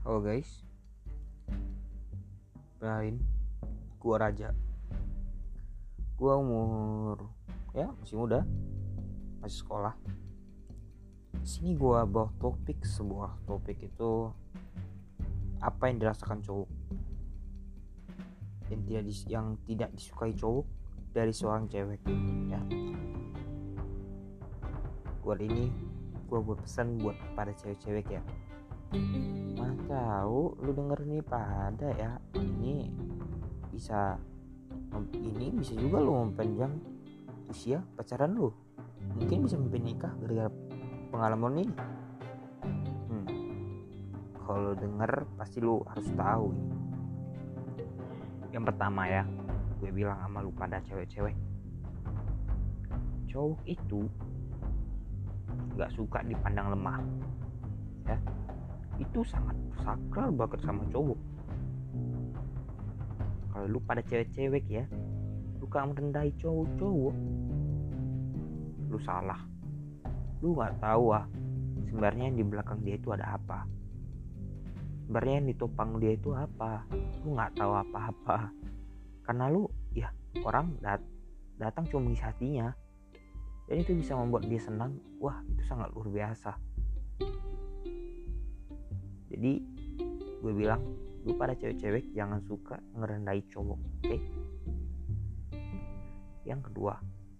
Halo guys, kenalin, gua Raja. Gua umur masih muda, masih sekolah. Di sini gua bawa sebuah topik itu apa yang dirasakan cowok yang tidak disukai cowok dari seorang cewek. Ya, gua buat pesan buat para cewek-cewek ya. Mana tahu lu denger nih pada ya, ini bisa juga lu mempanjang usia pacaran lu, mungkin bisa sampai nikah gara-gara pengalaman ini. Kalau denger pasti lu harus tahu ini. Yang pertama ya, gue bilang sama lu pada cewek-cewek, cowok itu gak suka dipandang lemah ya. Itu sangat sakral banget sama cowok. Kalau lu pada cewek-cewek ya suka merendahi cowok, lu salah. Lu nggak tahu sebenarnya di belakang dia itu ada apa, sebenarnya yang ditopang dia itu apa. Lu nggak tahu apa-apa karena lu ya orang datang cuma mengisi hatinya, dan itu bisa membuat dia senang. Wah, itu sangat luar biasa. Jadi gue bilang, lu pada cewek-cewek jangan suka ngerendahin cowok, oke? Yang kedua,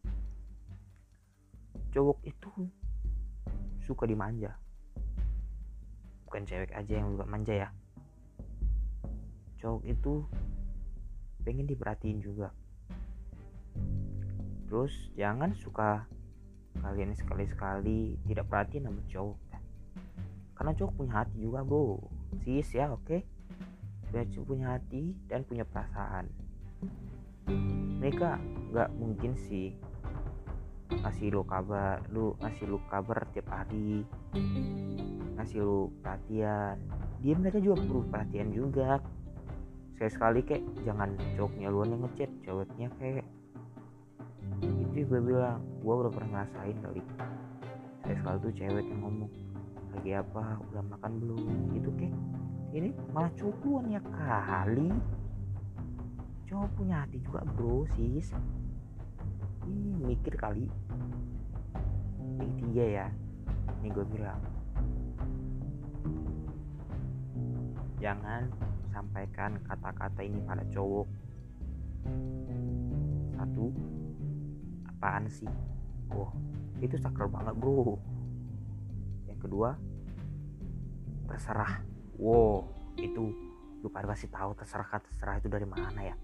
cowok itu suka dimanja. Bukan cewek aja yang suka manja ya, cowok itu pengen diperhatiin juga. Terus jangan suka kalian sekali-sekali tidak perhatiin sama cowok, karena cowok punya hati juga bro, sis ya, oke? Dia punya hati dan punya perasaan. Mereka nggak mungkin sih ngasih lu kabar tiap hari, ngasih lu perhatian. Mereka juga perlu perhatian juga. Sekali-sekali kayak jangan cowoknya luan yang ngechat, ceweknya kayak itu. Gue bilang, gue udah pernah ngerasain kali. Sekali tuh cewek yang ngomong, lagi apa, udah makan belum, gitu kayak ini malah cowok luan ya kali. Cowok punya hati juga bro, sis. Mikir kali. Yang ketiga ya, ini gue bilang, jangan sampaikan kata-kata ini pada cowok. Satu, apaan sih? Itu sakral banget bro. Yang kedua, terserah. Itu lu pada pasti tahu terserah itu dari mana ya.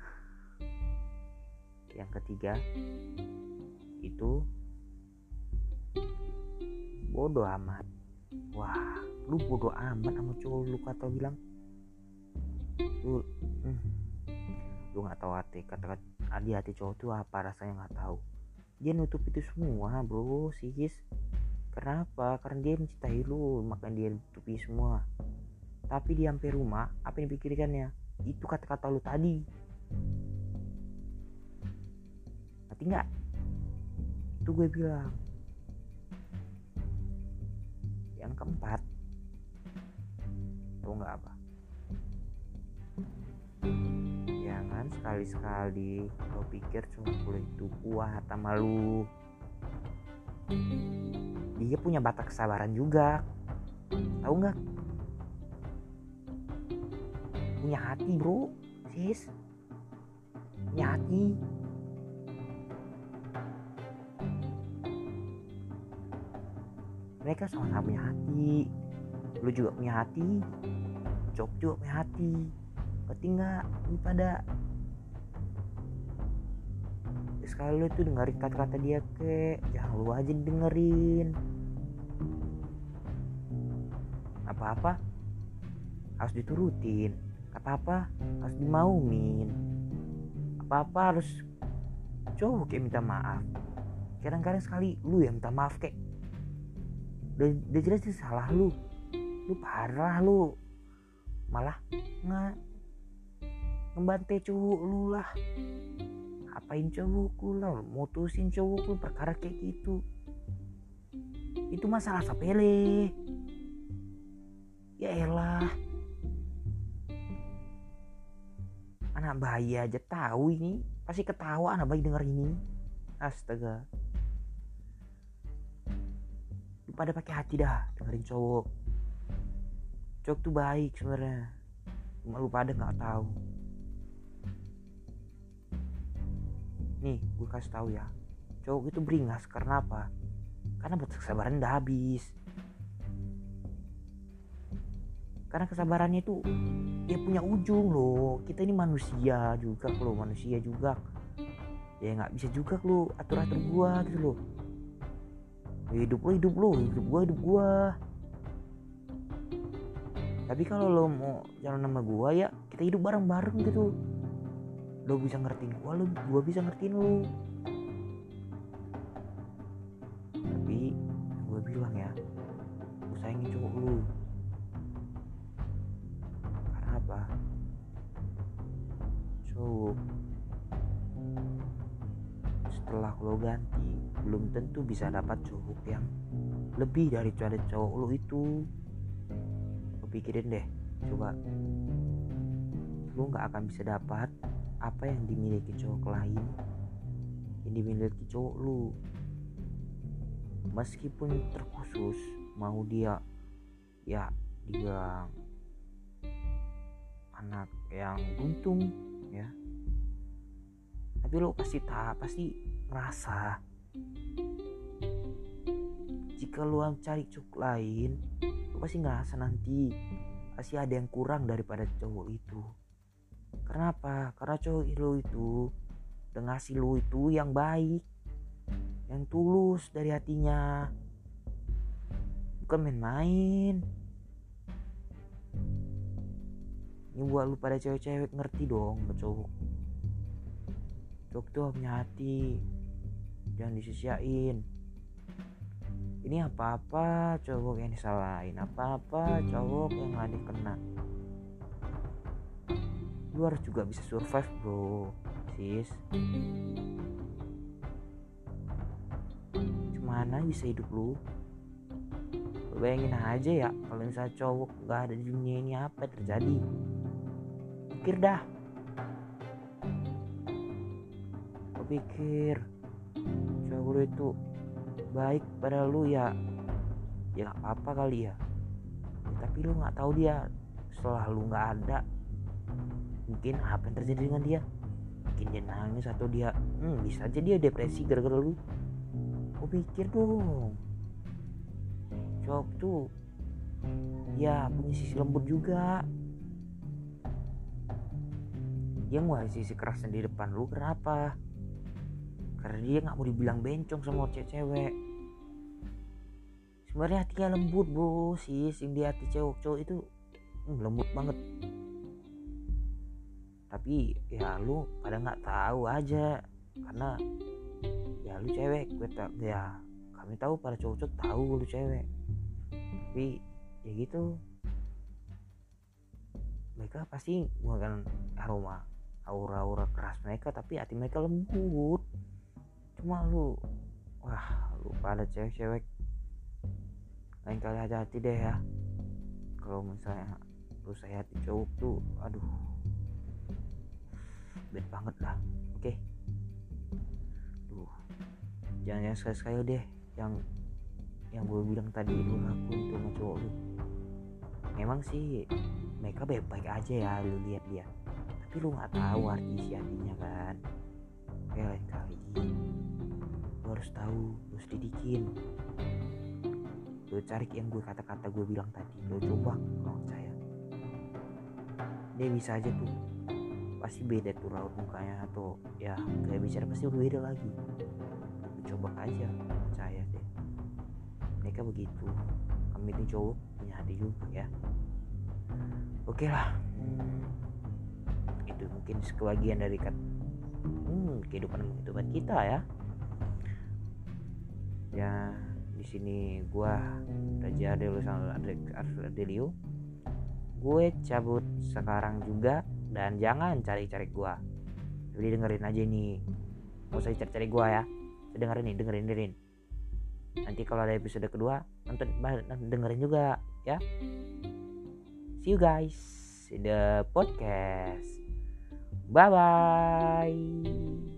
Yang ketiga itu bodoh amat. Wah, lu bodoh amat sama cowok lu kata bilang. Lu nggak tahu kata di hati cowok tuh apa rasanya, nggak tahu. Dia nutup itu semua bro, sis. Kenapa? Karena dia mencintai lu, makanya dia tutupi semua. Tapi dia sampai rumah, apa yang dipikirkannya? Itu kata-kata lu tadi. Ngerti nggak? Itu gue bilang. Yang keempat, tau nggak apa? Jangan sekali-sekali lo pikir cuma lo itu kuat sama lu. Dia punya batas kesabaran juga, tahu nggak? Punya hati bro, sis. Punya hati. Mereka sama-sama punya hati. Lu juga punya hati, cowok juga punya hati. Ngerti nggak? Lu pada sekali lu tuh dengerin kata-kata dia jangan lu aja dengerin. Apa-apa harus diturutin, apa-apa harus dimauin, apa-apa harus cowok kayak minta maaf. Kadang-kadang sekali lu yang minta maaf kayak udah jelas salah lu parah, lu malah ngebantai cowok lu lah. Apain cowok lu lah, mutusin cowok lu perkara kayak gitu. Itu masalah sepele. Ya elah, Anak bayi aja tahu ini, pasti ketawa anak bayi denger ini. Astaga. Lu pada pakai hati dah dengerin cowok. Cowok tuh baik sebenarnya. Cuma lu pada nggak tahu. Nih, gue kasih tahu ya. Cowok itu beringas karena apa? Karena batas kesabaran udah habis. Karena kesabarannya itu dia punya ujung loh. Kita ini manusia juga loh, manusia juga. Ya nggak bisa juga lo atur-atur gua gitu loh. Hidup lo, hidup gua. Tapi kalau lo mau jalan sama gua ya kita hidup bareng-bareng gitu. Lo bisa ngertiin gua bisa ngertiin lo. Tapi gua bilang ya, lu sayangin cowok lu. Karena apa? Cowok setelah lo ganti belum tentu bisa dapat cowok yang lebih dari cowok lo itu. Lo pikirin deh, coba lo nggak akan bisa dapat apa yang dimiliki cowok lain yang dimiliki cowok lo. Meskipun terkhusus mau dia ya dibilang anak yang buntung ya, tapi lo pasti merasa jika lo cari cowok lain lo pasti ngerasa nanti pasti ada yang kurang daripada cowok itu. Kenapa? Karena cowok lo itu udah ngasih lo itu yang baik, yang tulus dari hatinya, bukan main-main. Ini buat lu pada cewek-cewek ngerti dong cowok. Cowok tuh punya hati, jangan disia-siain. Ini apa-apa cowok yang disalahin, apa-apa cowok yang gak dikena. Lu harus juga bisa survive bro, sis. Gimana bisa hidup lu? Bayangin aja ya kalau misalnya cowok gak ada di dunia ini, apa yang terjadi? Pikir dah. Kau pikir cowok lu itu baik pada lu ya gak apa-apa kali ya. Tapi lu gak tahu dia setelah lu gak ada, mungkin apa yang terjadi dengan dia. Mungkin dia nangis atau dia bisa aja dia depresi gara-gara lu. Kau pikir dong, cowok tuh ya punya sisi lembut juga. Dia ngeluarin sisi kerasnya di depan lu. Kenapa? Karena dia gak mau dibilang bencong sama cewek. Sebenarnya hatinya lembut bro, sis. Yang di hati cowok itu lembut banget. Tapi ya lu pada gak tahu aja. Karena ya lu cewek, ya kami tahu para cowok tahu lu cewek. Tapi ya gitu, mereka pasti mengeluarkan aura keras mereka, tapi hati mereka lembut. Cuma lu pada cewek-cewek lain kali hati-hati deh ya. Kalau misalnya lu saya hati cowok tuh aduh bad banget lah. Oke. Jangan sekali-sekali deh yang gue bilang tadi lu lakuin tuh sama cowok lu. Memang sih mereka baik-baik aja ya, lu lihat dia, tapi lu nggak tahu arti isi hatinya kan. Oke, lain kali lu harus tahu, lu selidikin, lu cari yang kata-kata gue bilang tadi, lu coba. Kalau percaya dia bisa aja tuh pasti beda tuh raut mukanya, atau ya kayak bicara pasti beda lagi. Lu coba aja, percaya deh, mereka begitu. Kami itu cowok punya hati juga ya. Oke lah, itu mungkin sebagian dari kehidupan kita ya. Ya di sini gua Raja Adelio sama Adelio. Gue cabut sekarang juga, dan jangan cari-cari gua. Jadi dengerin aja nih, nggak usah cari-cari gua ya. Dengerin. Nanti kalau ada episode kedua nonton dengerin juga ya. See you guys in the podcast. Bye bye.